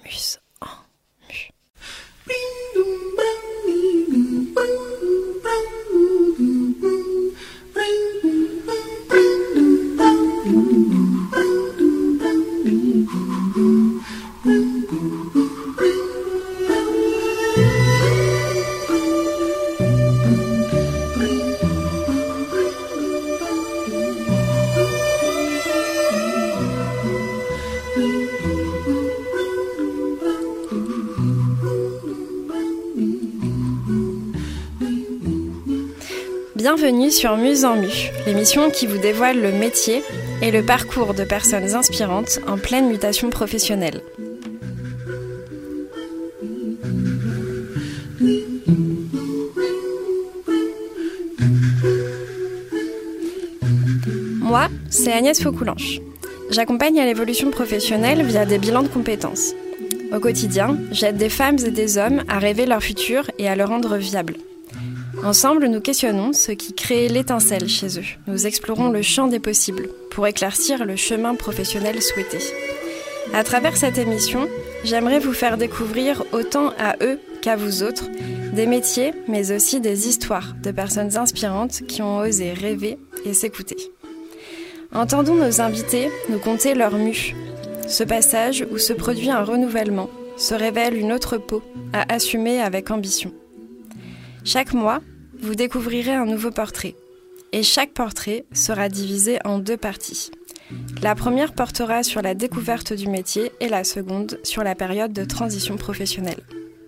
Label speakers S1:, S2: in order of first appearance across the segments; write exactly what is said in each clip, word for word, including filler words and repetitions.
S1: Muse en Mu. Bienvenue sur Muse en Mu, l'émission qui vous dévoile le métier et le parcours de personnes inspirantes en pleine mutation professionnelle. Moi, c'est Agnès Faucoulanche. J'accompagne à l'évolution professionnelle via des bilans de compétences. Au quotidien, j'aide des femmes et des hommes à rêver leur futur et à le rendre viable. Ensemble, nous questionnons ce qui crée l'étincelle chez eux. Nous explorons le champ des possibles pour éclaircir le chemin professionnel souhaité. À travers cette émission, j'aimerais vous faire découvrir autant à eux qu'à vous autres des métiers, mais aussi des histoires de personnes inspirantes qui ont osé rêver et s'écouter. Entendons nos invités nous conter leur mue, ce passage où se produit un renouvellement, se révèle une autre peau à assumer avec ambition. Chaque mois, vous découvrirez un nouveau portrait. Et chaque portrait sera divisé en deux parties. La première portera sur la découverte du métier et la seconde sur la période de transition professionnelle.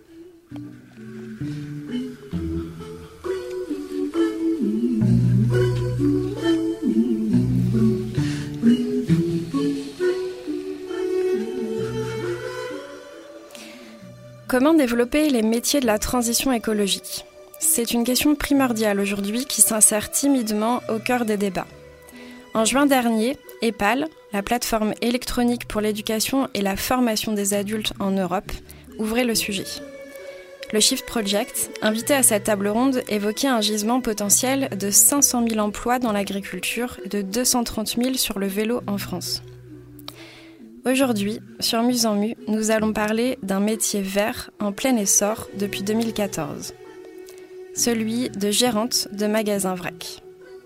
S1: Comment développer les métiers de la transition écologique ? C'est une question primordiale aujourd'hui qui s'insère timidement au cœur des débats. En juin dernier, EPAL, la plateforme électronique pour l'éducation et la formation des adultes en Europe, ouvrait le sujet. Le Shift Project, invité à cette table ronde, évoquait un gisement potentiel de cinq cent mille emplois dans l'agriculture et de deux cent trente mille sur le vélo en France. Aujourd'hui, sur Muse en Mu, nous allons parler d'un métier vert en plein essor depuis deux mille quatorze. Celui de gérante de magasin vrac.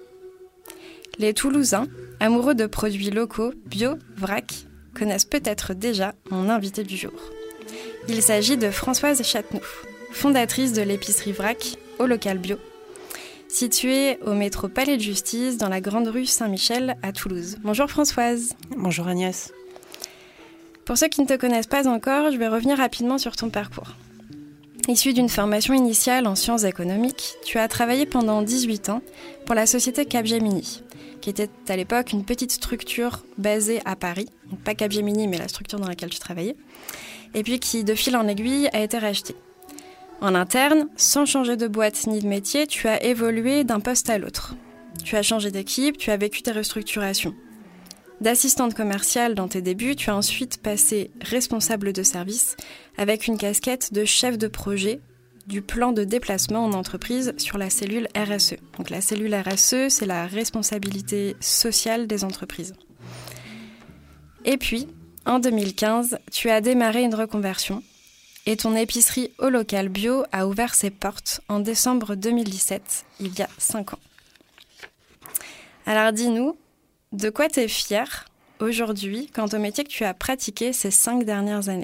S1: Les Toulousains, amoureux de produits locaux, bio, vrac, connaissent peut-être déjà mon invité du jour. Il s'agit de Françoise Chatenoux, fondatrice de l'épicerie vrac au local bio, située au métro Palais de Justice dans la grande rue Saint-Michel à Toulouse. Bonjour Françoise.
S2: Bonjour Agnès.
S1: Pour ceux qui ne te connaissent pas encore, je vais revenir rapidement sur ton parcours. Issue d'une formation initiale en sciences économiques, tu as travaillé pendant dix-huit ans pour la société Capgemini, qui était à l'époque une petite structure basée à Paris, donc pas Capgemini mais la structure dans laquelle tu travaillais, et puis qui de fil en aiguille a été rachetée. En interne, sans changer de boîte ni de métier, tu as évolué d'un poste à l'autre. Tu as changé d'équipe, tu as vécu tes restructurations. D'assistante commerciale dans tes débuts, tu as ensuite passé responsable de service avec une casquette de chef de projet du plan de déplacement en entreprise sur la cellule R S E. Donc la cellule R S E, c'est la responsabilité sociale des entreprises. Et puis, en deux mille quinze, tu as démarré une reconversion et ton épicerie au local bio a ouvert ses portes en décembre deux mille dix-sept, il y a cinq ans. Alors dis-nous, de quoi tu es fière aujourd'hui quant au métier que tu as pratiqué ces cinq dernières années ?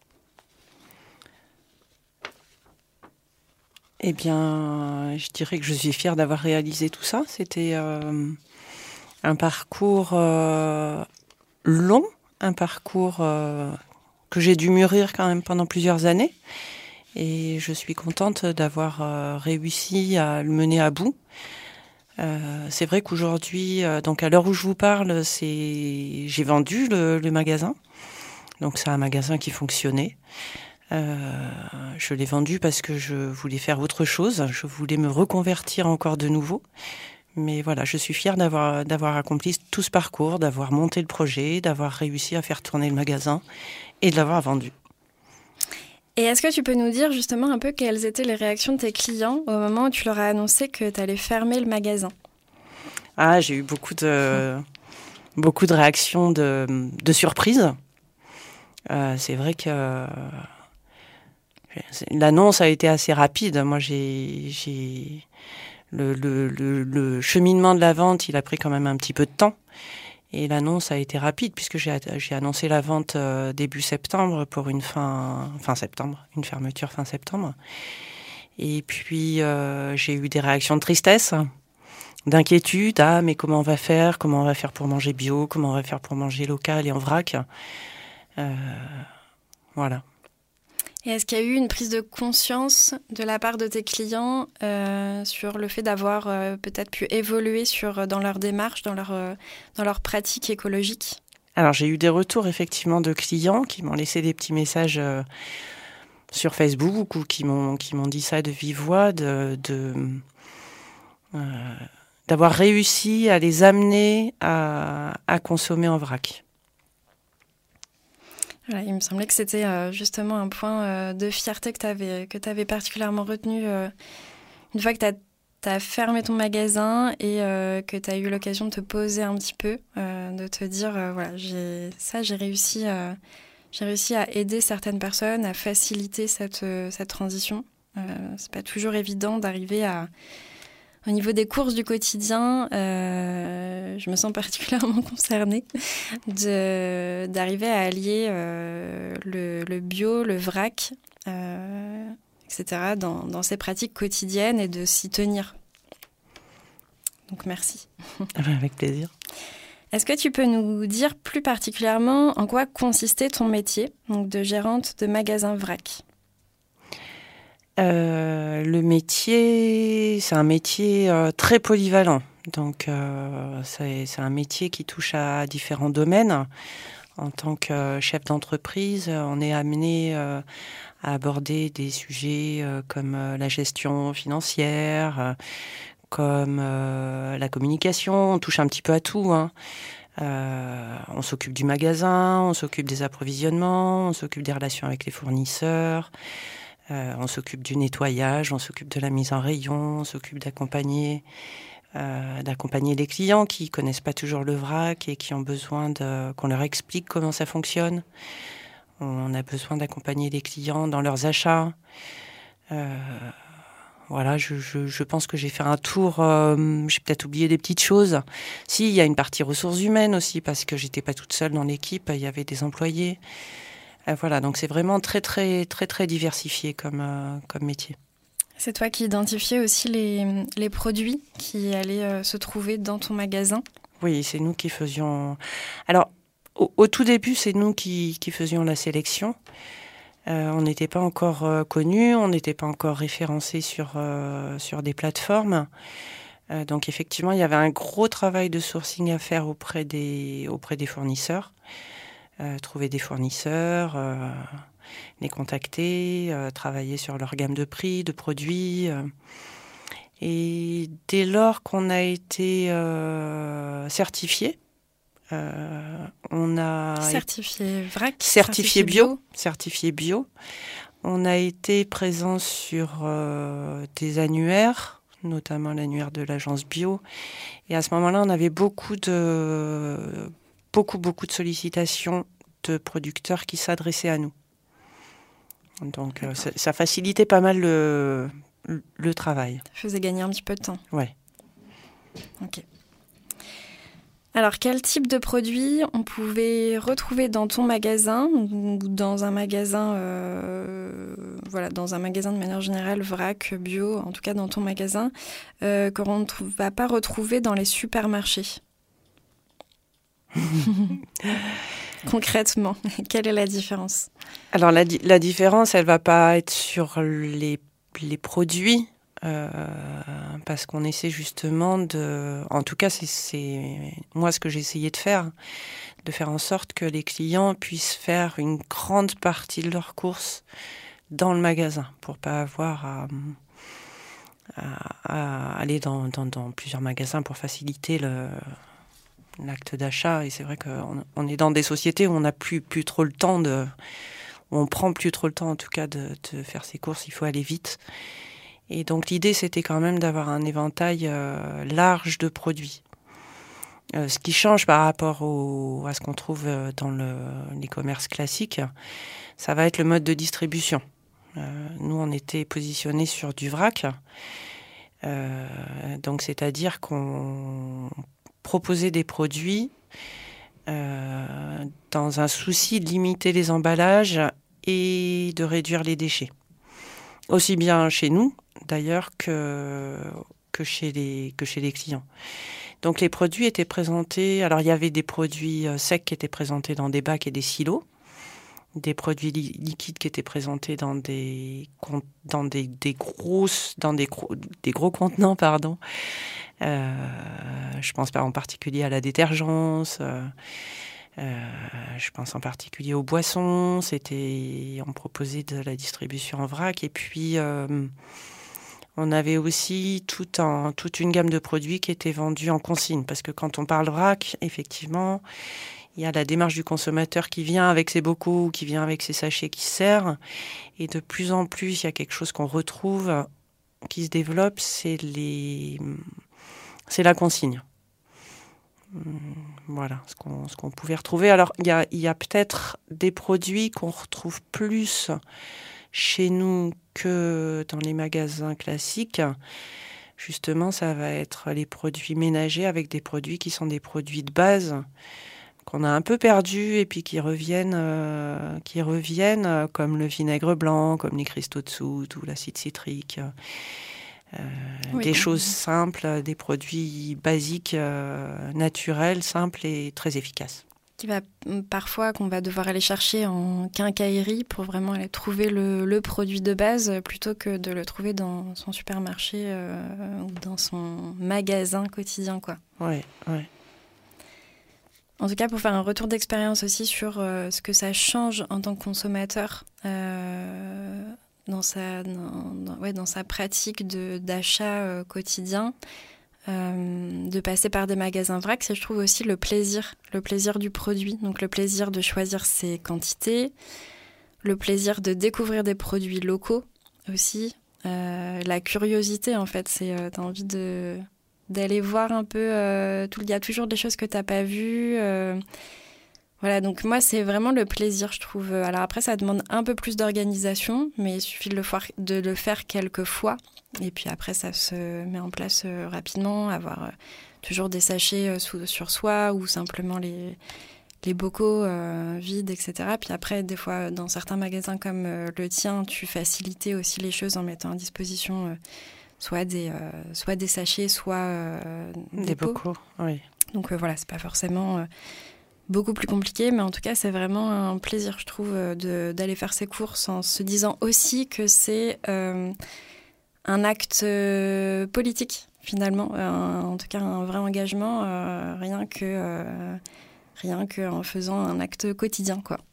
S2: Eh bien, je dirais que je suis fière d'avoir réalisé tout ça. C'était euh, un parcours euh, long, un parcours euh, que j'ai dû mûrir quand même pendant plusieurs années. Et je suis contente d'avoir euh, réussi à le mener à bout. Euh, c'est vrai qu'aujourd'hui, euh, donc à l'heure où je vous parle, c'est j'ai vendu le, le magasin. Donc c'est un magasin qui fonctionnait. Euh, je l'ai vendu parce que je voulais faire autre chose. Je voulais me reconvertir encore de nouveau. Mais voilà, je suis fière d'avoir d'avoir accompli tout ce parcours, d'avoir monté le projet, d'avoir réussi à faire tourner le magasin et de l'avoir vendu.
S1: Et est-ce que tu peux nous dire justement un peu quelles étaient les réactions de tes clients au moment où tu leur as annoncé que tu allais fermer le magasin ?
S2: Ah, j'ai eu beaucoup de, beaucoup de réactions de, de surprise. Euh, c'est vrai que euh, l'annonce a été assez rapide. Moi, j'ai, j'ai le, le, le, le cheminement de la vente, il a pris quand même un petit peu de temps. Et l'annonce a été rapide puisque j'ai, j'ai annoncé la vente euh, début septembre pour une fin, fin septembre, une fermeture fin septembre. Et puis euh, j'ai eu des réactions de tristesse, d'inquiétude. Ah, mais comment on va faire? Comment on va faire pour manger bio? Comment on va faire pour manger local et en vrac? euh, Voilà.
S1: Et est-ce qu'il y a eu une prise de conscience de la part de tes clients euh, sur le fait d'avoir euh, peut-être pu évoluer sur, dans leur démarche, dans leur, euh, dans leur pratique écologique?
S2: Alors j'ai eu des retours effectivement de clients qui m'ont laissé des petits messages euh, sur Facebook ou qui m'ont, qui m'ont dit ça de vive voix, de, de, euh, d'avoir réussi à les amener à, à consommer en vrac.
S1: Voilà, il me semblait que c'était euh, justement un point euh, de fierté que tu avais que tu avais particulièrement retenu euh, une fois que tu as fermé ton magasin et euh, que tu as eu l'occasion de te poser un petit peu, euh, de te dire, euh, voilà, j'ai, ça, j'ai réussi, euh, j'ai réussi à aider certaines personnes, à faciliter cette, euh, cette transition. Euh, c'est pas toujours évident d'arriver à... Au niveau des courses du quotidien, euh, je me sens particulièrement concernée de, d'arriver à allier euh, le, le bio, le vrac, euh, et cetera, dans, dans ces pratiques quotidiennes et de s'y tenir. Donc merci.
S2: Avec plaisir.
S1: Est-ce que tu peux nous dire plus particulièrement en quoi consistait ton métier, donc de gérante de magasin vrac ?
S2: Euh, le métier, c'est un métier euh, très polyvalent. Donc, euh, c'est, c'est un métier qui touche à différents domaines. En tant que chef d'entreprise, on est amené euh, à aborder des sujets euh, comme euh, la gestion financière, euh, comme euh, la communication. On touche un petit peu à tout, hein. Euh, on s'occupe du magasin, on s'occupe des approvisionnements, on s'occupe des relations avec les fournisseurs. Euh, on s'occupe du nettoyage, on s'occupe de la mise en rayon, on s'occupe d'accompagner, euh, d'accompagner les clients qui connaissent pas toujours le vrac et qui ont besoin de, qu'on leur explique comment ça fonctionne. On a besoin d'accompagner les clients dans leurs achats. Euh, voilà, je, je, je pense que j'ai fait un tour. Euh, j'ai peut-être oublié des petites choses. Si, il y a une partie ressources humaines aussi parce que j'étais pas toute seule dans l'équipe. Il y avait des employés. Voilà, donc c'est vraiment très, très, très, très diversifié comme, euh, comme métier.
S1: C'est toi qui identifiais aussi les, les produits qui allaient euh, se trouver dans ton magasin ?
S2: Oui, c'est nous qui faisions... Alors, au, au tout début, c'est nous qui, qui faisions la sélection. Euh, on n'était pas encore euh, connus, on n'était pas encore référencés sur, euh, sur des plateformes. Euh, donc, effectivement, il y avait un gros travail de sourcing à faire auprès des, auprès des fournisseurs. Euh, trouver des fournisseurs, euh, les contacter, euh, travailler sur leur gamme de prix, de produits. Euh. Et dès lors qu'on a été euh, certifié, euh, on a...
S1: Certifié vrac,
S2: certifié bio, bio, certifié bio. On a été présent sur euh, des annuaires, notamment l'annuaire de l'agence bio. Et à ce moment-là, on avait beaucoup de... beaucoup, beaucoup de sollicitations de producteurs qui s'adressaient à nous. Donc, euh, ça, ça facilitait pas mal le, le travail.
S1: Ça faisait gagner un petit peu de temps.
S2: Ouais.
S1: Ok. Alors, quel type de produits on pouvait retrouver dans ton magasin ou dans un magasin, euh, voilà, dans un magasin de manière générale, vrac, bio, en tout cas dans ton magasin, euh, qu'on ne va pas retrouver dans les supermarchés? Concrètement, quelle est la différence?
S2: Alors la, la différence, elle va pas être sur les, les produits, euh, parce qu'on essaie justement de... En tout cas, c'est, c'est moi ce que j'ai essayé de faire, de faire en sorte que les clients puissent faire une grande partie de leurs courses dans le magasin, pour pas avoir à, à, à aller dans, dans, dans plusieurs magasins pour faciliter le... l'acte d'achat. Et c'est vrai qu'on on est dans des sociétés où on n'a plus, plus trop le temps de... où on prend plus trop le temps en tout cas de, de faire ses courses, il faut aller vite. Et donc l'idée c'était quand même d'avoir un éventail euh, large de produits. Euh, ce qui change par rapport au, à ce qu'on trouve dans le, les commerces classiques, ça va être le mode de distribution. Euh, nous, on était positionnés sur du vrac. Euh, donc, c'est-à-dire qu'on proposait des produits euh, dans un souci de limiter les emballages et de réduire les déchets. Aussi bien chez nous, d'ailleurs, que, que, chez les, que chez les clients. Donc, les produits étaient présentés... Alors, il y avait des produits secs qui étaient présentés dans des bacs et des silos, des produits li- liquides qui étaient présentés dans des dans des, des grosses dans des gros des gros contenants pardon. Euh, je pense pas en particulier à la détergence. Euh, euh, je pense en particulier aux boissons. C'était on proposait de la distribution en vrac et puis euh, on avait aussi tout un, toute une gamme de produits qui étaient vendus en consigne parce que quand on parle vrac, effectivement. Il y a la démarche du consommateur qui vient avec ses bocaux, qui vient avec ses sachets qui sert. Et de plus en plus, il y a quelque chose qu'on retrouve, qui se développe, c'est, les... c'est la consigne. Voilà ce qu'on, ce qu'on pouvait retrouver. Alors, il y a, il y a peut-être des produits qu'on retrouve plus chez nous que dans les magasins classiques. Justement, ça va être les produits ménagers avec des produits qui sont des produits de base qu'on a un peu perdu et puis qui reviennent, euh, qui reviennent euh, comme le vinaigre blanc, comme les cristaux de soude ou l'acide citrique. Euh, oui, des choses simples, des produits basiques, euh, naturels, simples et très efficaces.
S1: Qui va, parfois, qu'on va devoir aller chercher en quincaillerie pour vraiment aller trouver le, le produit de base plutôt que de le trouver dans son supermarché euh, ou dans son magasin quotidien, quoi.
S2: Ouais, ouais.
S1: En tout cas, pour faire un retour d'expérience aussi sur euh, ce que ça change en tant que consommateur euh, dans, sa, dans, dans, ouais, dans sa pratique de, d'achat euh, quotidien, euh, de passer par des magasins vrac, c'est je trouve aussi le plaisir, le plaisir du produit. Donc le plaisir de choisir ses quantités, le plaisir de découvrir des produits locaux aussi, euh, la curiosité en fait, c'est euh, t'as envie de... d'aller voir un peu, euh, tout, il y a toujours des choses que tu n'as pas vues. Euh, voilà, donc moi, c'est vraiment le plaisir, je trouve. Alors après, ça demande un peu plus d'organisation, mais il suffit de le, foire, de le faire quelques fois. Et puis après, ça se met en place euh, rapidement, avoir euh, toujours des sachets euh, sous, sur soi ou simplement les, les bocaux euh, vides, et cetera. Puis après, des fois, dans certains magasins comme euh, le tien, tu facilitais aussi les choses en mettant à disposition... Euh, soit des, euh, soit des sachets, soit euh, des,
S2: des
S1: pots.
S2: bocaux, oui.
S1: Donc euh, voilà, c'est pas forcément euh, beaucoup plus compliqué, mais en tout cas, c'est vraiment un plaisir, je trouve, de, d'aller faire ses courses en se disant aussi que c'est euh, un acte euh, politique, finalement. Un, en tout cas, un vrai engagement, euh, rien que, euh, rien que en faisant un acte quotidien, quoi.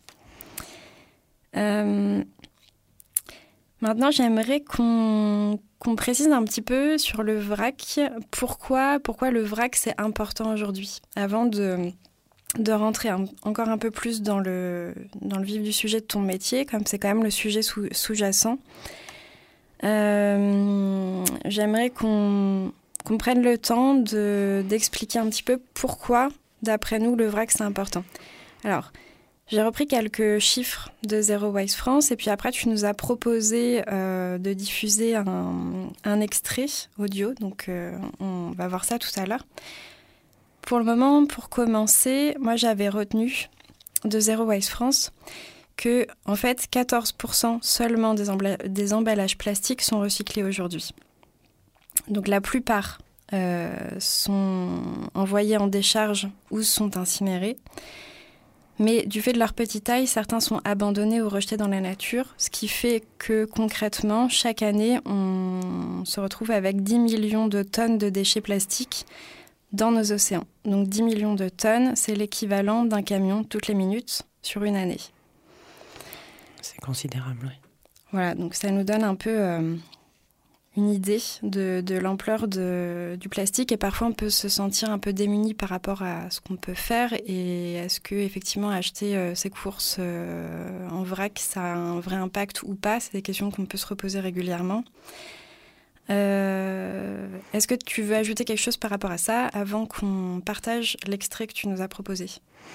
S1: Euh, Maintenant, j'aimerais qu'on, qu'on précise un petit peu sur le vrac. Pourquoi, pourquoi le vrac, c'est important aujourd'hui ? Avant de, de rentrer un, encore un peu plus dans le, dans le vif du sujet de ton métier, comme c'est quand même le sujet sous, sous-jacent, euh, j'aimerais qu'on, qu'on prenne le temps de, d'expliquer un petit peu pourquoi, d'après nous, le vrac, c'est important. Alors... J'ai repris quelques chiffres de Zero Waste France et puis après tu nous as proposé euh, de diffuser un, un extrait audio, donc euh, on va voir ça tout à l'heure. Pour le moment, pour commencer, moi j'avais retenu de Zero Waste France que en fait quatorze pour cent seulement des, embla- des emballages plastiques sont recyclés aujourd'hui. Donc la plupart euh, sont envoyés en décharge ou sont incinérés. Mais du fait de leur petite taille, certains sont abandonnés ou rejetés dans la nature, ce qui fait que concrètement, chaque année, on se retrouve avec dix millions de tonnes de déchets plastiques dans nos océans. Donc dix millions de tonnes, c'est l'équivalent d'un camion toutes les minutes sur une année.
S2: C'est considérable, oui.
S1: Voilà, donc ça nous donne un peu euh, une idée de, de l'ampleur de, du plastique et parfois on peut se sentir un peu démuni par rapport à ce qu'on peut faire et est-ce que effectivement acheter euh, ses courses euh, en vrac ça a un vrai impact ou pas, c'est des questions qu'on peut se reposer régulièrement. Euh, est-ce que tu veux ajouter quelque chose par rapport à ça avant qu'on partage l'extrait que tu nous as proposé ?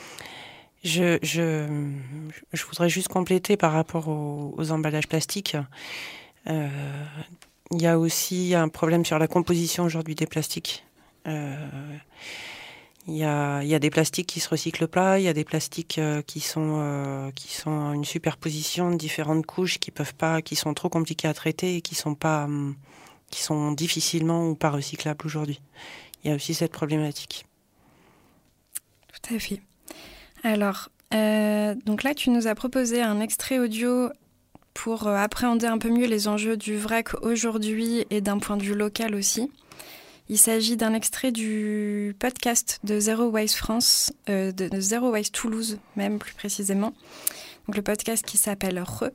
S2: Je, je, je voudrais juste compléter par rapport aux, aux emballages plastiques. Euh, il y a aussi un problème sur la composition aujourd'hui des plastiques. Euh, il y a, il y a des plastiques qui se recyclent pas, il y a des plastiques euh, qui sont euh, qui sont une superposition de différentes couches qui peuvent pas, qui sont trop compliquées à traiter et qui sont pas, hum, qui sont difficilement ou pas recyclables aujourd'hui. Il y a aussi cette problématique.
S1: Tout à fait. Alors, euh, donc là, tu nous as proposé un extrait audio pour euh, appréhender un peu mieux les enjeux du vrac aujourd'hui et d'un point de vue local aussi. Il s'agit d'un extrait du podcast de Zero Waste France, euh, de, de Zero Waste Toulouse, même plus précisément. Donc le podcast qui s'appelle Re,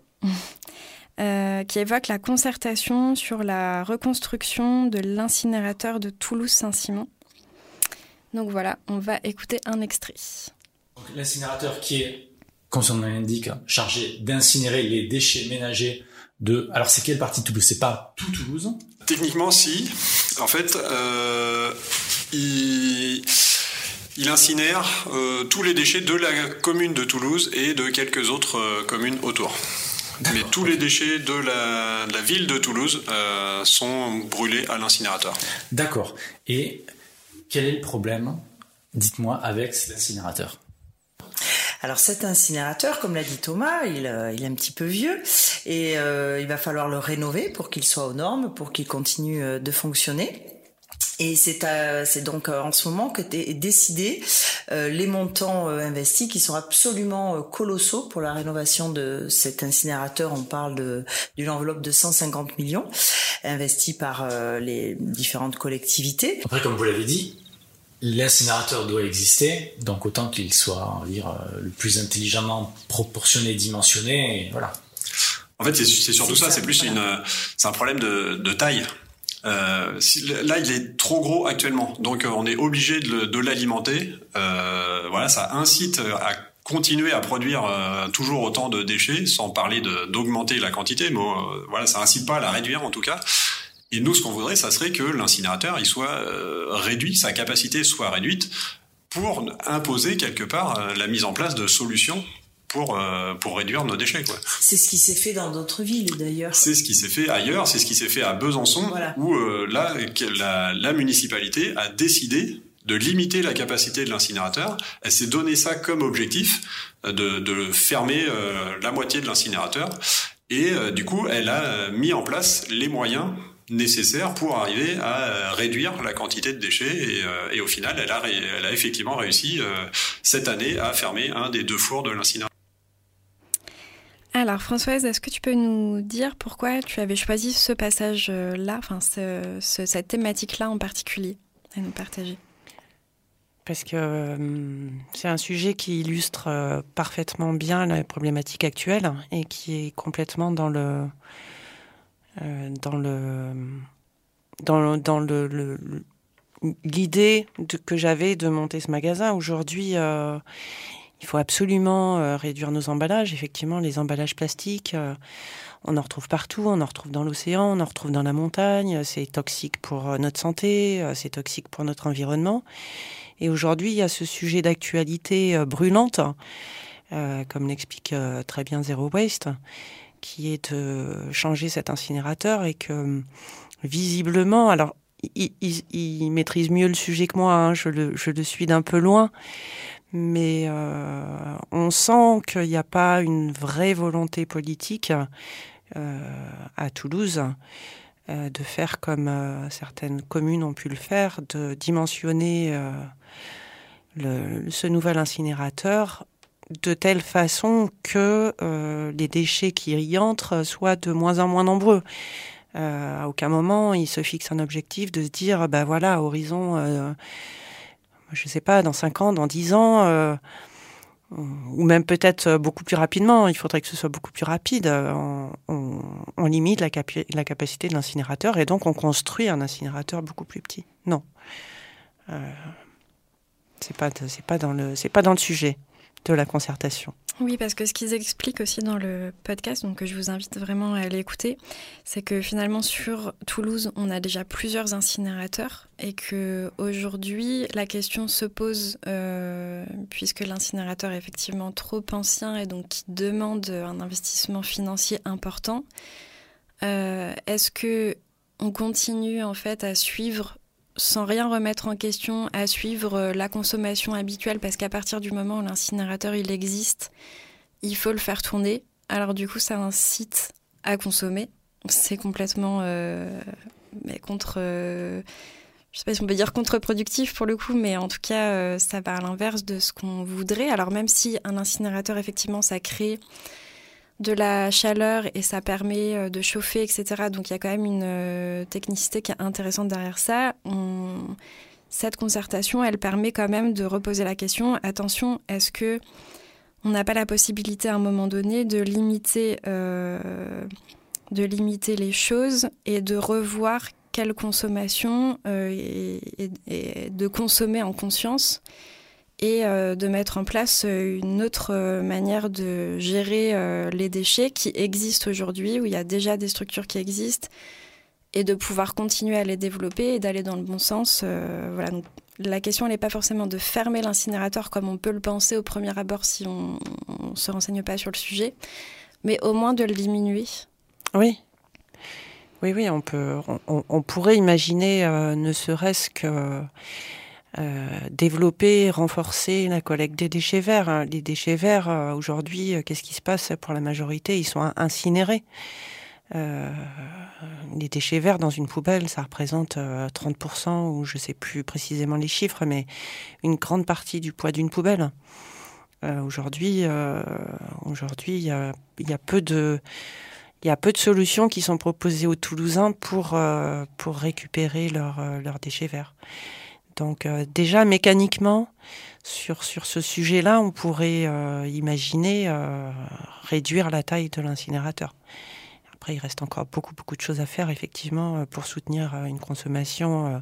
S1: euh, qui évoque la concertation sur la reconstruction de l'incinérateur de Toulouse-Saint-Simon. Donc voilà, on va écouter un extrait.
S3: Donc, l'incinérateur qui est, comme son nom l'indique, chargé d'incinérer les déchets ménagers de... Alors c'est quelle partie de Toulouse ? C'est pas tout Toulouse ?
S4: Techniquement, si. En fait, euh, il, il incinère euh, tous les déchets de la commune de Toulouse et de quelques autres euh, communes autour. D'accord. Mais tous les déchets de la, de la ville de Toulouse euh, sont brûlés à l'incinérateur.
S3: D'accord. Et quel est le problème, dites-moi, avec cet incinérateur ?
S5: Alors cet incinérateur, comme l'a dit Thomas, il, euh, il est un petit peu vieux et euh, il va falloir le rénover pour qu'il soit aux normes, pour qu'il continue euh, de fonctionner. Et c'est, à, c'est donc euh, en ce moment que est décidé euh, les montants euh, investis qui sont absolument euh, colossaux pour la rénovation de cet incinérateur. On parle de, d'une enveloppe de cent cinquante millions investis par euh, les différentes collectivités.
S3: Après, comme vous l'avez dit, l'incinérateur doit exister, donc autant qu'il soit, on va dire, le plus intelligemment proportionné, dimensionné, et voilà.
S4: En fait, c'est, c'est surtout c'est ça, ça, c'est plus voilà. une, c'est un problème de, de taille. Euh, si, là, il est trop gros actuellement, donc on est obligé de, de l'alimenter. Euh, voilà, ça incite à continuer à produire euh, toujours autant de déchets, sans parler de, d'augmenter la quantité, mais euh, voilà, ça incite pas à la réduire en tout cas. Et nous, ce qu'on voudrait, ça serait que l'incinérateur, il soit euh, réduit, sa capacité soit réduite, pour imposer quelque part euh, la mise en place de solutions pour euh, pour réduire nos déchets, quoi.
S5: C'est ce qui s'est fait dans d'autres villes, d'ailleurs.
S4: C'est ce qui s'est fait ailleurs, c'est ce qui s'est fait à Besançon, voilà. où euh, là, la, la municipalité a décidé de limiter la capacité de l'incinérateur. Elle s'est donné ça comme objectif, de, de fermer euh, la moitié de l'incinérateur. Et euh, du coup, elle a mis en place les moyens nécessaires pour arriver à réduire la quantité de déchets et, euh, et au final elle a, elle a effectivement réussi euh, cette année à fermer un des deux fours de l'incinérateur.
S1: Alors Françoise, est-ce que tu peux nous dire pourquoi tu avais choisi ce passage-là, enfin ce, ce, cette thématique-là en particulier à nous partager ?
S2: Parce que euh, c'est un sujet qui illustre euh, parfaitement bien la problématique actuelle et qui est complètement dans le Euh, dans le dans, dans le, le, l'idée de, que j'avais de monter ce magasin. Aujourd'hui, euh, il faut absolument euh, réduire nos emballages. Effectivement, les emballages plastiques, euh, on en retrouve partout. On en retrouve dans l'océan, on en retrouve dans la montagne. C'est toxique pour notre santé, euh, c'est toxique pour notre environnement. Et aujourd'hui, il y a ce sujet d'actualité euh, brûlante, euh, comme l'explique euh, très bien Zero Waste, qui est de changer cet incinérateur et que visiblement, alors il, il, il maîtrise mieux le sujet que moi, hein, je, le, je le suis d'un peu loin, mais euh, on sent qu'il n'y a pas une vraie volonté politique euh, à Toulouse euh, de faire comme euh, certaines communes ont pu le faire, de dimensionner euh, le, ce nouvel incinérateur de telle façon que euh, les déchets qui y entrent soient de moins en moins nombreux. Euh, à aucun moment, il se fixe un objectif de se dire, ben voilà, à horizon, euh, je sais pas, dans cinq ans, dans dix ans, euh, ou même peut-être beaucoup plus rapidement, il faudrait que ce soit beaucoup plus rapide, on, on, on limite la, capi- la capacité de l'incinérateur et donc on construit un incinérateur beaucoup plus petit. Non. Euh, c'est pas, c'est pas dans le, c'est pas dans le sujet de la concertation.
S1: Oui, parce que ce qu'ils expliquent aussi dans le podcast, donc que je vous invite vraiment à aller écouter, c'est que finalement sur Toulouse, on a déjà plusieurs incinérateurs et que aujourd'hui la question se pose euh, puisque l'incinérateur est effectivement trop ancien et donc qui demande un investissement financier important. Euh, est-ce que on continue en fait à suivre sans rien remettre en question, à suivre la consommation habituelle, parce qu'à partir du moment où l'incinérateur il existe, il faut le faire tourner. Alors du coup, ça incite à consommer. C'est complètement euh, mais contre, euh, je sais pas si on peut dire contre-productif pour le coup, mais en tout cas, euh, ça va à l'inverse de ce qu'on voudrait. Alors même si un incinérateur, effectivement, ça crée de la chaleur et ça permet de chauffer, et cetera. Donc il y a quand même une euh, technicité qui est intéressante derrière ça. On... Cette concertation, elle permet quand même de reposer la question. Attention, est-ce que on n'a pas la possibilité à un moment donné de limiter, euh, de limiter les choses et de revoir quelle consommation euh, et, et, et de consommer en conscience et euh, de mettre en place une autre euh, manière de gérer euh, les déchets qui existent aujourd'hui, où il y a déjà des structures qui existent, et de pouvoir continuer à les développer et d'aller dans le bon sens. Euh, voilà. Donc, la question, elle n'est pas forcément de fermer l'incinérateur comme on peut le penser au premier abord si on ne se renseigne pas sur le sujet, mais au moins de le diminuer.
S2: Oui. Oui, oui, on peut, on, on pourrait imaginer, euh, ne serait-ce que Euh, développer, renforcer la collecte des déchets verts. Les déchets verts, euh, aujourd'hui, euh, qu'est-ce qui se passe pour la majorité ? Ils sont incinérés. Euh, les déchets verts dans une poubelle, ça représente euh, trente pour cent, ou je ne sais plus précisément les chiffres, mais une grande partie du poids d'une poubelle. Euh, aujourd'hui, euh, aujourd'hui, il y a, y a peu de... Il y a peu de solutions qui sont proposées aux Toulousains pour, euh, pour récupérer leurs euh, leurs déchets verts. Donc euh, déjà mécaniquement, sur, sur ce sujet-là, on pourrait euh, imaginer euh, réduire la taille de l'incinérateur. Après, il reste encore beaucoup, beaucoup de choses à faire, effectivement, pour soutenir une consommation euh,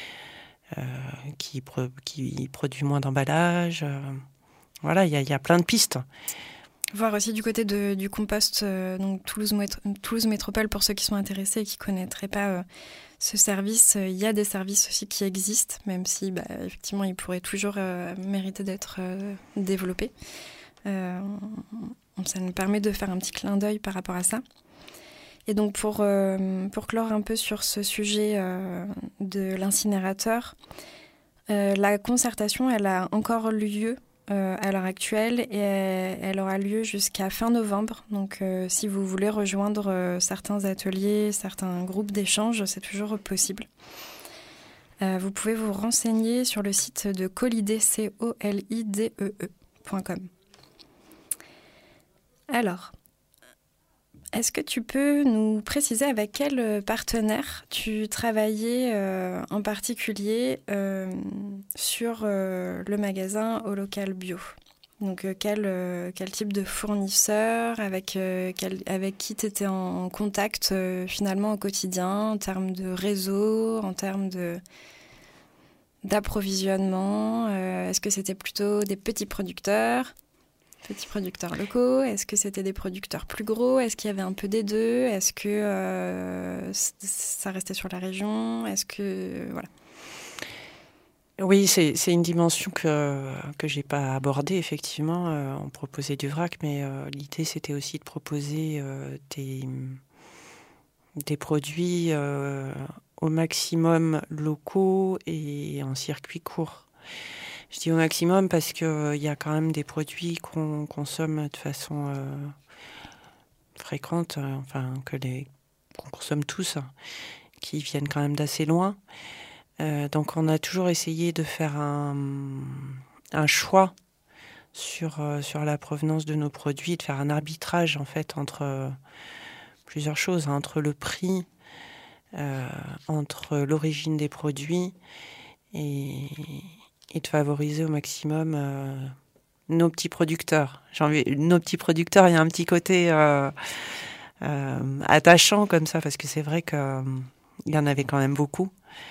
S2: euh, qui, pro- qui produit moins d'emballage. Euh, voilà, il y a, y a plein de pistes.
S1: Voir aussi du côté de, du compost, euh, donc Toulouse, Toulouse Métropole, pour ceux qui sont intéressés et qui ne connaîtraient pas euh, ce service, il euh, y a des services aussi qui existent, même si bah, effectivement ils pourraient toujours euh, mériter d'être euh, développés. Euh, ça nous permet de faire un petit clin d'œil par rapport à ça. Et donc pour, euh, pour clore un peu sur ce sujet euh, de l'incinérateur, euh, la concertation elle a encore lieu Euh, à l'heure actuelle et elle, elle aura lieu jusqu'à fin novembre. Donc euh, si vous voulez rejoindre euh, certains ateliers, certains groupes d'échange, c'est toujours possible. Euh, vous pouvez vous renseigner sur le site de colidee, C O L I D E E point com. Alors, est-ce que tu peux nous préciser avec quel partenaire tu travaillais euh, en particulier euh, sur euh, le magasin au local bio ? Donc euh, quel, euh, quel type de fournisseur, avec, euh, quel, avec qui tu étais en, en contact euh, finalement au quotidien, en termes de réseau, en termes de, d'approvisionnement euh, Est-ce que c'était plutôt des petits producteurs ? Petits producteurs locaux, est-ce que c'était des producteurs plus gros ? Est-ce qu'il y avait un peu des deux ? Est-ce que euh, ça restait sur la région ? Est-ce que... Voilà.
S2: Oui, c'est, c'est une dimension que que j'ai pas abordée, effectivement. Euh, on proposait du vrac, mais euh, l'idée, c'était aussi de proposer euh, des, des produits euh, au maximum locaux et en circuit court. Je dis au maximum parce qu'il euh, y a quand même des produits qu'on consomme de façon euh, fréquente, euh, enfin que les, qu'on consomme tous, hein, qui viennent quand même d'assez loin. Euh, donc on a toujours essayé de faire un, un choix sur, euh, sur la provenance de nos produits, de faire un arbitrage en fait entre euh, plusieurs choses, hein, entre le prix, euh, entre l'origine des produits et... et de favoriser au maximum euh, nos petits producteurs. J'ai envie, nos petits producteurs, il y a un petit côté euh, euh, attachant comme ça, parce que c'est vrai qu'il euh, y en avait quand même beaucoup.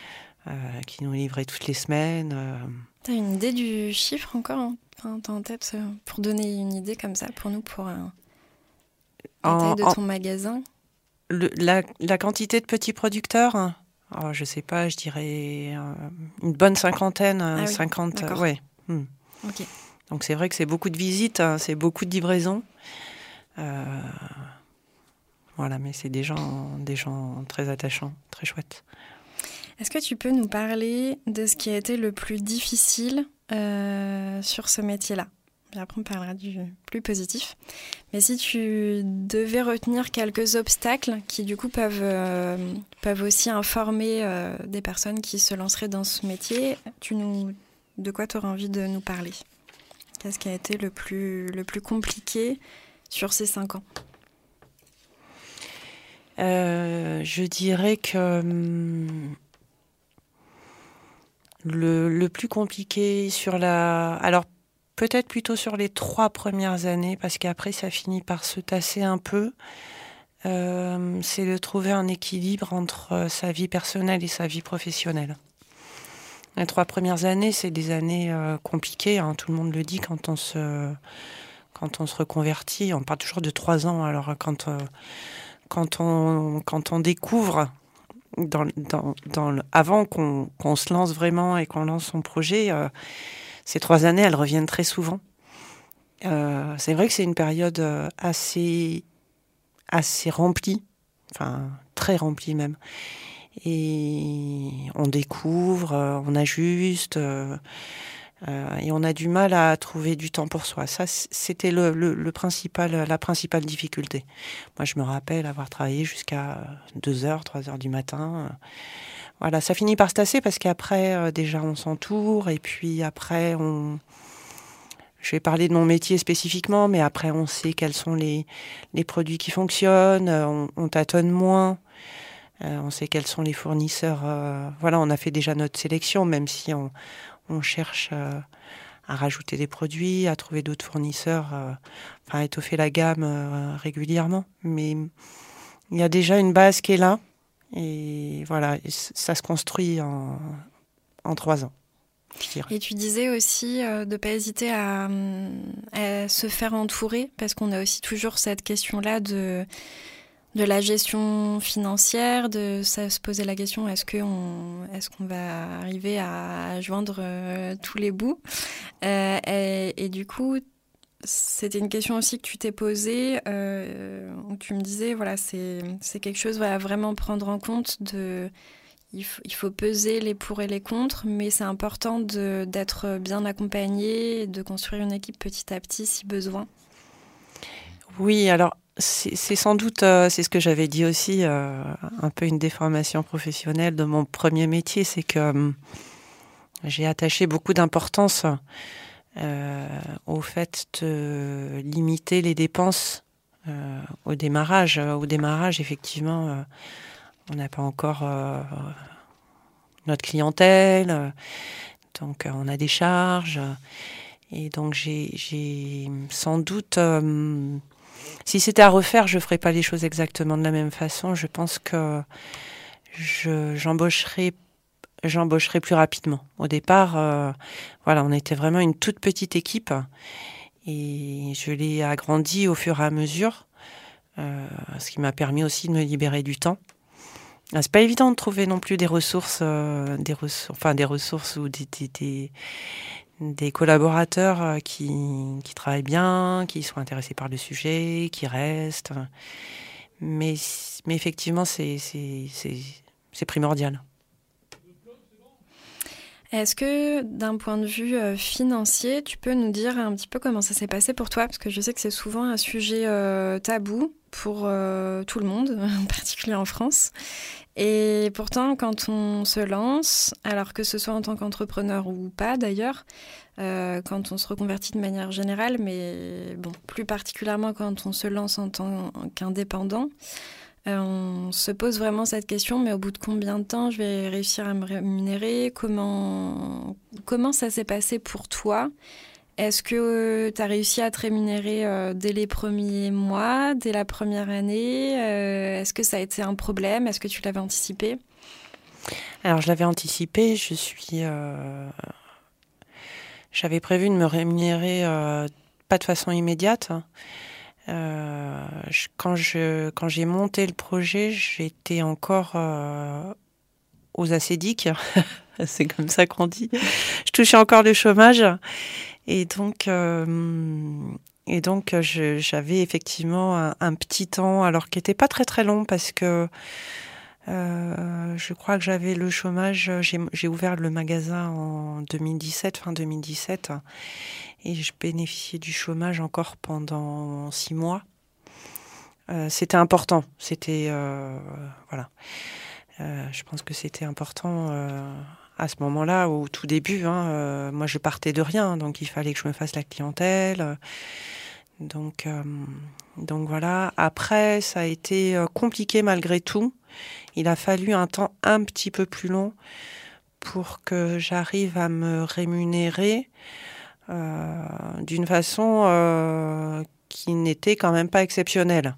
S2: euh, qui nous livraient toutes les semaines. Euh.
S1: T'as une idée du chiffre encore, hein, enfin, t'as en tête euh, pour donner une idée comme ça pour nous, pour euh, la
S2: En-
S1: taille de
S2: en-
S1: ton magasin?
S2: Le- la, la quantité de petits producteurs, hein, oh, je sais pas, je dirais euh, une bonne cinquantaine,
S1: Ah oui,
S2: cinquante,
S1: d'accord.
S2: ouais. Hmm.
S1: Ok.
S2: Donc c'est vrai que c'est beaucoup de visites, hein, c'est beaucoup de livraisons. Euh, voilà, mais c'est des gens, des gens très attachants, très chouettes.
S1: Est-ce que tu peux nous parler de ce qui a été le plus difficile euh, sur ce métier-là? Puis après, on parlera du plus positif. Mais si tu devais retenir quelques obstacles qui, du coup, peuvent, euh, peuvent aussi informer euh, des personnes qui se lanceraient dans ce métier, tu nous, de quoi tu aurais envie de nous parler? Qu'est-ce qui a été le plus, le plus compliqué sur ces cinq ans?
S2: Euh, je dirais que hum, le, le plus compliqué sur la... Alors, peut-être plutôt sur les trois premières années, parce qu'après, ça finit par se tasser un peu. Euh, c'est de trouver un équilibre entre sa vie personnelle et sa vie professionnelle. Les trois premières années, c'est des années euh, compliquées, hein, tout le monde le dit quand on se, quand on se reconvertit. On parle toujours de trois ans. Alors, quand, euh, quand, on, quand on découvre, dans, dans, dans le, avant qu'on, qu'on se lance vraiment et qu'on lance son projet, euh, ces trois années, elles reviennent très souvent. Euh, c'est vrai que c'est une période assez, assez remplie, enfin très remplie même. Et on découvre, on ajuste, euh, euh, et on a du mal à trouver du temps pour soi. Ça, c'était le, le, le principal, la principale difficulté. Moi, je me rappelle avoir travaillé jusqu'à deux heures, trois heures du matin. Voilà, ça finit par se tasser parce qu'après, euh, déjà, on s'entoure, et puis après, on... Je vais parler de mon métier spécifiquement, mais après, on sait quels sont les, les produits qui fonctionnent, on, on tâtonne moins, euh, on sait quels sont les fournisseurs. Euh, voilà, on a fait déjà notre sélection, même si on, on cherche euh, à rajouter des produits, à trouver d'autres fournisseurs, euh, enfin, à étoffer la gamme euh, régulièrement. Mais il y a déjà une base qui est là. Et voilà, ça se construit en, en trois ans, je dirais.
S1: Et tu disais aussi euh, de ne pas hésiter à, à se faire entourer, parce qu'on a aussi toujours cette question-là de, de la gestion financière, de ça, se poser la question, est-ce qu'on, est-ce qu'on va arriver à joindre euh, tous les bouts euh, et, et du coup, c'était une question aussi que tu t'es posée, euh, où tu me disais, voilà, c'est, c'est quelque chose à vraiment prendre en compte. De, il, faut, il faut peser les pour et les contre, mais c'est important de, d'être bien accompagné, de construire une équipe petit à petit si besoin.
S2: Oui, alors c'est, c'est sans doute, euh, c'est ce que j'avais dit aussi, euh, un peu une déformation professionnelle de mon premier métier, c'est que euh, j'ai attaché beaucoup d'importance Euh, au fait de limiter les dépenses euh, au démarrage. Au démarrage, effectivement, euh, on n'a pas encore euh, notre clientèle, euh, donc euh, on a des charges. Et donc j'ai, j'ai sans doute... Euh, si c'était à refaire, je ne ferais pas les choses exactement de la même façon. Je pense que je, j'embaucherais J'embaucherai plus rapidement. Au départ, euh, voilà, on était vraiment une toute petite équipe et je l'ai agrandie au fur et à mesure, euh, ce qui m'a permis aussi de me libérer du temps. Ah, c'est pas évident de trouver non plus des ressources, euh, des ressources, enfin des ressources ou des, des, des, des collaborateurs qui, qui travaillent bien, qui sont intéressés par le sujet, qui restent. Mais, mais effectivement, c'est, c'est, c'est, c'est primordial.
S1: Est-ce que d'un point de vue euh, financier, tu peux nous dire un petit peu comment ça s'est passé pour toi? Parce que je sais que c'est souvent un sujet euh, tabou pour euh, tout le monde, en particulier en France. Et pourtant, quand on se lance, alors que ce soit en tant qu'entrepreneur ou pas d'ailleurs, euh, quand on se reconvertit de manière générale, mais bon, plus particulièrement quand on se lance en tant qu'indépendant, Euh, on se pose vraiment cette question, mais au bout de combien de temps je vais réussir à me rémunérer? Comment, comment ça s'est passé pour toi? Est-ce que tu as réussi à te rémunérer euh, dès les premiers mois, dès la première année? euh, Est-ce que ça a été un problème? Est-ce que tu l'avais anticipé?
S2: Alors, je l'avais anticipé. Je suis, euh, j'avais prévu de me rémunérer euh, pas de façon immédiate. Euh, je, quand je quand j'ai monté le projet, j'étais encore euh, aux acédiques. C'est comme ça qu'on dit. Je touchais encore le chômage. Et donc, euh, et donc je, j'avais effectivement un, un petit temps, alors qui n'était pas très très long, parce que euh, je crois que j'avais le chômage, j'ai, j'ai ouvert le magasin en deux mille dix-sept, fin deux mille dix-sept, et je bénéficiais du chômage encore pendant six mois. Euh, c'était important, c'était... Euh, voilà. Euh, je pense que c'était important... Euh, à ce moment-là, au tout début, hein, euh, moi je partais de rien, donc il fallait que je me fasse la clientèle. Donc, euh, donc voilà. Après, ça a été compliqué malgré tout. Il a fallu un temps un petit peu plus long pour que j'arrive à me rémunérer euh, d'une façon euh, qui n'était quand même pas exceptionnelle.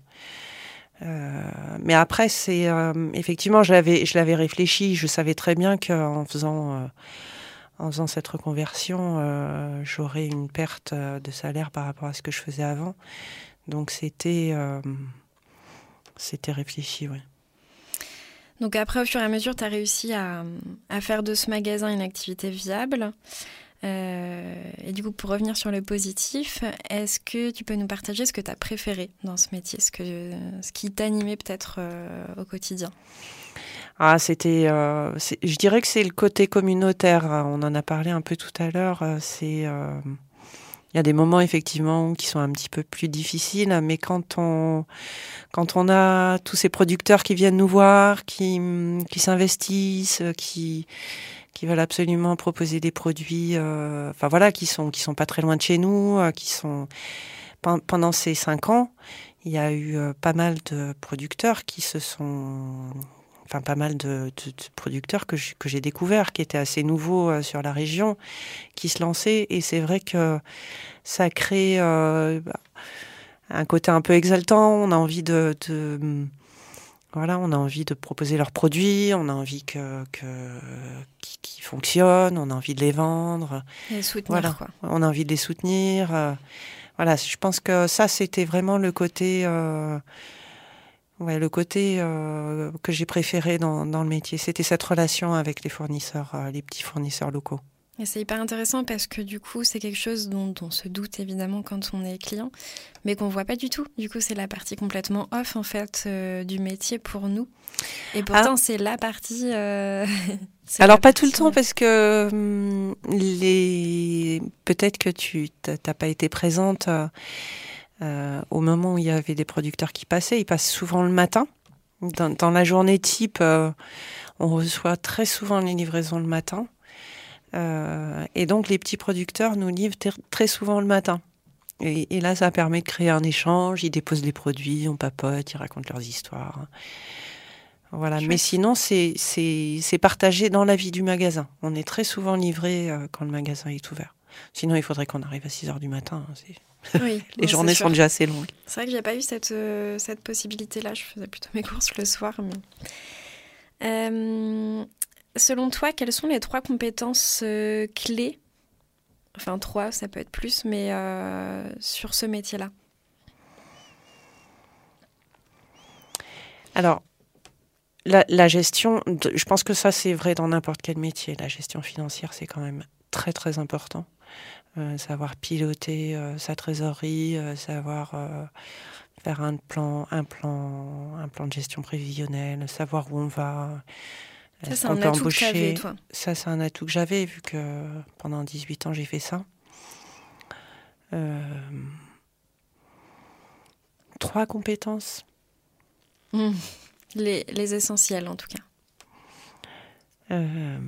S2: Euh, mais après, c'est euh, effectivement, je l'avais, je l'avais réfléchi. Je savais très bien qu'en faisant, euh, en faisant cette reconversion, euh, j'aurais une perte de salaire par rapport à ce que je faisais avant. Donc c'était, euh, c'était réfléchi, oui.
S1: Donc après, au fur et à mesure, tu as réussi à, à faire de ce magasin une activité viable. Euh, et du coup, pour revenir sur le positif, est-ce que tu peux nous partager ce que tu as préféré dans ce métier, ce, que, ce qui t'animait peut-être euh, au quotidien?
S2: Ah, c'était, euh, c'est, je dirais que c'est le côté communautaire. On en a parlé un peu tout à l'heure. C'est, euh, il y a des moments effectivement qui sont un petit peu plus difficiles, mais quand on, quand on a tous ces producteurs qui viennent nous voir, qui, qui s'investissent, qui qui veulent absolument proposer des produits, euh, enfin voilà, qui sont qui sont pas très loin de chez nous, euh, qui sont pendant ces cinq ans, il y a eu euh, pas mal de producteurs qui se sont, enfin pas mal de, de, de producteurs que je, que j'ai découverts, qui étaient assez nouveaux euh, sur la région, qui se lançaient, et c'est vrai que ça crée euh, un côté un peu exaltant. On a envie de, de Voilà, on a envie de proposer leurs produits, on a envie que, que qu'ils, qu'ils fonctionnent, on a envie de les vendre.
S1: Et les soutenir,
S2: voilà.
S1: quoi.
S2: On a envie de les soutenir. Euh, voilà, je pense que ça, c'était vraiment le côté, euh, ouais, le côté euh, que j'ai préféré dans, dans le métier. C'était cette relation avec les fournisseurs, euh, les petits fournisseurs locaux.
S1: Et c'est hyper intéressant parce que du coup, c'est quelque chose dont on se doute évidemment quand on est client, mais qu'on voit pas du tout. Du coup, c'est la partie complètement off en fait euh, du métier pour nous. Et pourtant, ah. c'est la partie. Euh... c'est
S2: Alors
S1: la
S2: pas
S1: partie,
S2: tout le temps
S1: ouais.
S2: parce que hum, les peut-être que tu t'as, t'as pas été présente euh, au moment où il y avait des producteurs qui passaient. Ils passent souvent le matin. Dans, dans la journée type, euh, on reçoit très souvent les livraisons le matin. Euh, et donc les petits producteurs nous livrent t- très souvent le matin. Et, et là, ça permet de créer un échange. Ils déposent les produits, on papote, ils racontent leurs histoires. Voilà. Chouette. Mais sinon, c'est, c'est, c'est partagé dans la vie du magasin. On est très souvent livré euh, quand le magasin est ouvert. Sinon, il faudrait qu'on arrive à six heures du matin. C'est...
S1: Oui,
S2: les
S1: bon,
S2: journées sont déjà assez longues.
S1: C'est vrai que j'ai pas eu cette, euh, cette possibilité-là. Je faisais plutôt mes courses le soir. Mais... Euh... Selon toi, quelles sont les trois compétences euh, clés, enfin trois, ça peut être plus, mais euh, sur ce métier-là?
S2: Alors, la, la gestion, je pense que ça c'est vrai dans n'importe quel métier. La gestion financière, c'est quand même très très important. Euh, savoir piloter euh, sa trésorerie, euh, savoir euh, faire un plan, un plan, un plan de gestion prévisionnelle, savoir où on va.
S1: Ça, c'est un atout embaucher. Que tu avais, toi.
S2: Ça, c'est un atout que j'avais, vu que pendant dix-huit ans, j'ai fait ça. Euh... Trois compétences.
S1: Mmh. Les, les essentielles, en tout cas.
S2: Euh...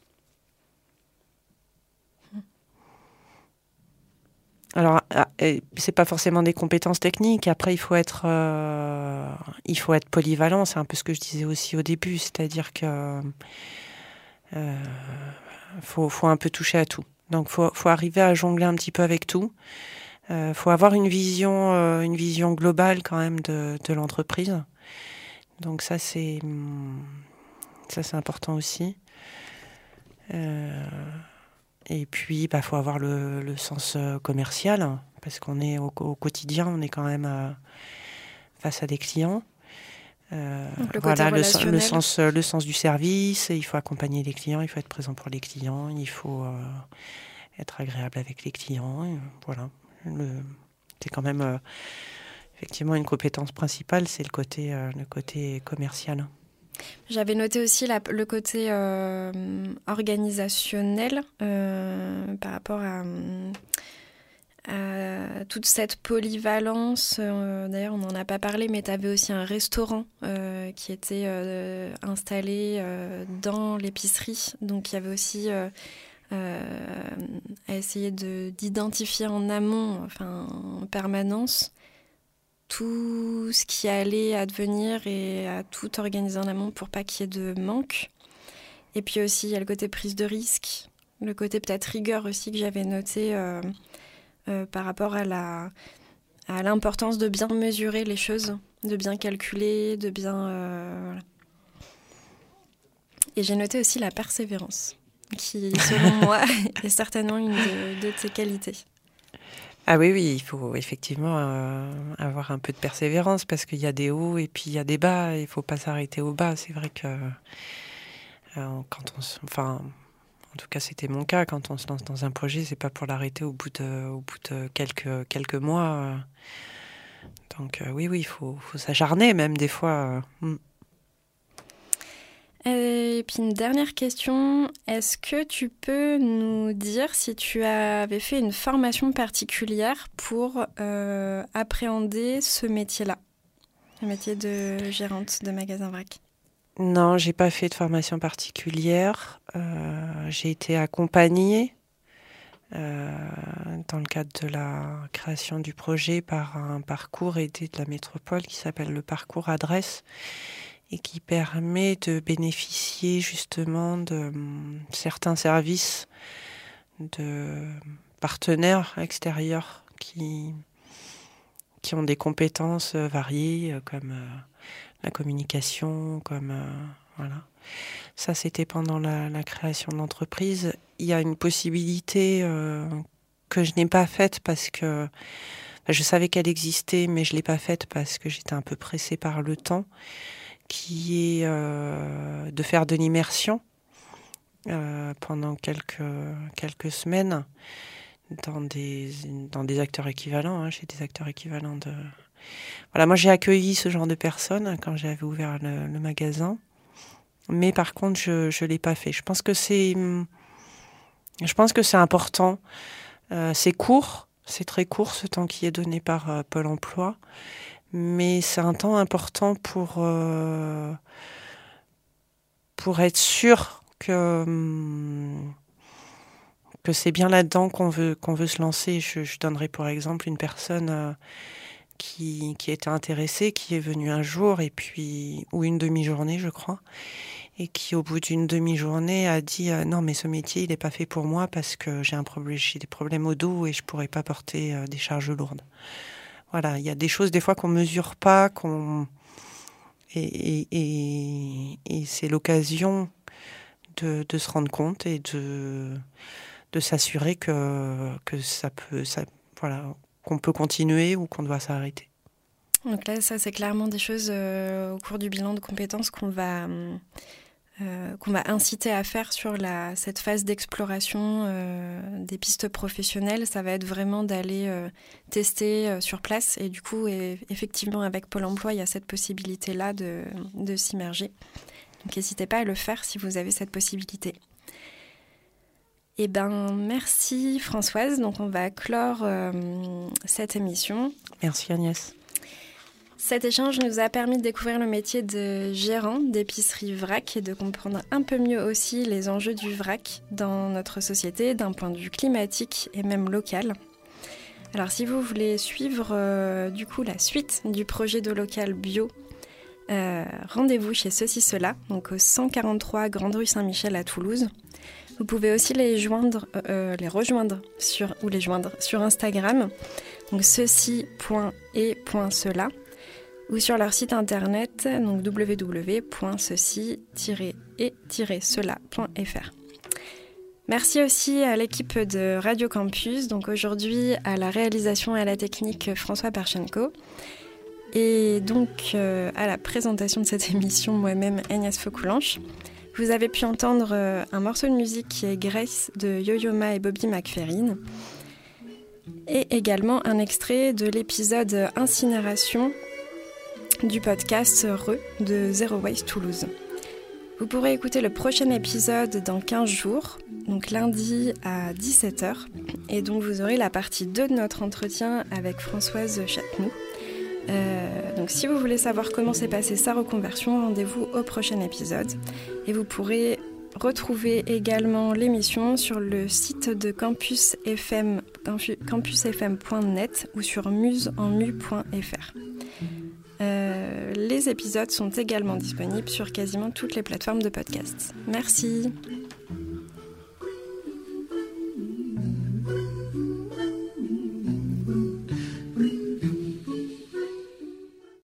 S2: Alors, c'est pas forcément des compétences techniques. Après, il faut être, euh, il faut être polyvalent. C'est un peu ce que je disais aussi au début, c'est-à-dire que euh, faut, faut un peu toucher à tout. Donc, faut, faut arriver à jongler un petit peu avec tout. Euh, faut avoir une vision, euh, une vision globale quand même de, de l'entreprise. Donc ça, c'est, Ça, c'est important aussi. Euh, et puis, il bah, faut avoir le, le sens commercial, parce qu'on est au, au quotidien, on est quand même euh, face à des clients. Euh,
S1: Donc le
S2: voilà,
S1: côté relationnel.
S2: le, le, sens, le sens du service, il faut accompagner les clients, il faut être présent pour les clients, il faut euh, être agréable avec les clients. Et, voilà, le, c'est quand même euh, effectivement une compétence principale, c'est le côté, euh, le côté commercial.
S1: J'avais noté aussi la, le côté euh, organisationnel euh, par rapport à, à toute cette polyvalence. Euh, d'ailleurs, on n'en a pas parlé, mais tu avais aussi un restaurant euh, qui était euh, installé euh, dans l'épicerie. Donc, il y avait aussi euh, euh, à essayer de, d'identifier en amont, enfin en permanence, tout ce qui allait advenir et à tout organiser en amont pour pas qu'il y ait de manque. Et puis aussi, il y a le côté prise de risque, le côté peut-être rigueur aussi que j'avais noté euh, euh, par rapport à, la, à l'importance de bien mesurer les choses, de bien calculer, de bien... Euh, voilà. Et j'ai noté aussi la persévérance, qui, selon moi, est certainement une de, de tes qualités.
S2: Ah oui, oui, il faut effectivement euh, avoir un peu de persévérance parce qu'il y a des hauts et puis il y a des bas. Il ne faut pas s'arrêter au bas. C'est vrai que euh, quand on, enfin, en tout cas, c'était mon cas. Quand on se lance dans un projet, c'est pas pour l'arrêter au bout de, au bout de quelques quelques mois. Donc euh, oui, oui, il faut, faut s'acharner même des fois. Euh.
S1: Et puis une dernière question, est-ce que tu peux nous dire si tu avais fait une formation particulière pour euh, appréhender ce métier-là, le métier de gérante de magasin vrac?
S2: Non, j'ai pas fait de formation particulière. Euh, j'ai été accompagnée euh, dans le cadre de la création du projet par un parcours aidé de la métropole qui s'appelle le parcours Adresse, et qui permet de bénéficier justement de um, certains services de partenaires extérieurs qui, qui ont des compétences euh, variées, euh, comme euh, la communication, comme... Euh, voilà. Ça, c'était pendant la, la création de l'entreprise. Il y a une possibilité euh, que je n'ai pas faite parce que... Enfin, je savais qu'elle existait, mais je ne l'ai pas faite parce que j'étais un peu pressée par le temps, qui est euh, de faire de l'immersion euh, pendant quelques, quelques semaines dans des, dans des acteurs équivalents, hein, chez des acteurs équivalents de... Voilà, moi j'ai accueilli ce genre de personnes quand j'avais ouvert le, le magasin, mais par contre je je l'ai pas fait. Je pense que c'est, je pense que c'est important. Euh, c'est court, c'est très court ce temps qui est donné par euh, Pôle Emploi. Mais c'est un temps important pour, euh, pour être sûr que, que c'est bien là-dedans qu'on veut, qu'on veut se lancer. Je, je donnerai pour exemple une personne euh, qui, qui était intéressée, qui est venue un jour, et puis, ou une demi-journée, je crois, et qui, au bout d'une demi-journée, a dit euh, « Non, mais ce métier, il n'est pas fait pour moi parce que j'ai, un problème, j'ai des problèmes au dos et je ne pourrais pas porter euh, des charges lourdes. » Voilà, il y a des choses des fois qu'on mesure pas, qu'on et, et, et, et c'est l'occasion de, de se rendre compte et de de s'assurer que que ça peut, ça, voilà, qu'on peut continuer ou qu'on doit s'arrêter.
S1: Donc là, ça c'est clairement des choses euh, au cours du bilan de compétences qu'on va euh, qu'on va inciter à faire sur la, cette phase d'exploration euh, des pistes professionnelles. Ça va être vraiment d'aller euh, tester euh, sur place. Et du coup, et, effectivement, avec Pôle emploi, il y a cette possibilité-là de, de s'immerger. Donc n'hésitez pas à le faire si vous avez cette possibilité. Eh bien, merci Françoise. Donc on va clore euh, cette émission.
S2: Merci Agnès.
S1: Cet échange nous a permis de découvrir le métier de gérant d'épicerie vrac et de comprendre un peu mieux aussi les enjeux du vrac dans notre société d'un point de vue climatique et même local. Alors si vous voulez suivre euh, du coup la suite du projet de local bio, euh, rendez-vous chez Ceci Cela, donc au cent quarante-trois Grande Rue Saint-Michel à Toulouse. Vous pouvez aussi les joindre, euh, les rejoindre sur, ou les joindre sur Instagram, donc ceci point et point cela. ou sur leur site internet, donc w w w point ceci tiret et tiret cela point f r. Merci aussi à l'équipe de Radio Campus, donc aujourd'hui à la réalisation et à la technique François Parchenko, et donc euh, à la présentation de cette émission moi-même Agnès Faucoulanche. Vous avez pu entendre euh, un morceau de musique qui est Grace de Yo-Yo Ma et Bobby McFerrin, et également un extrait de l'épisode Incinération du podcast Re de Zero Waste Toulouse. Vous pourrez écouter le prochain épisode dans quinze jours, donc lundi à dix-sept heures, et donc vous aurez la partie deux de notre entretien avec Françoise Chatenoux. Euh, donc si vous voulez savoir comment s'est passée sa reconversion, rendez-vous au prochain épisode. Et vous pourrez retrouver également l'émission sur le site de Campus F M, campus f m point net ou sur muse en mu point f r. Euh, les épisodes sont également disponibles sur quasiment toutes les plateformes de podcast. Merci.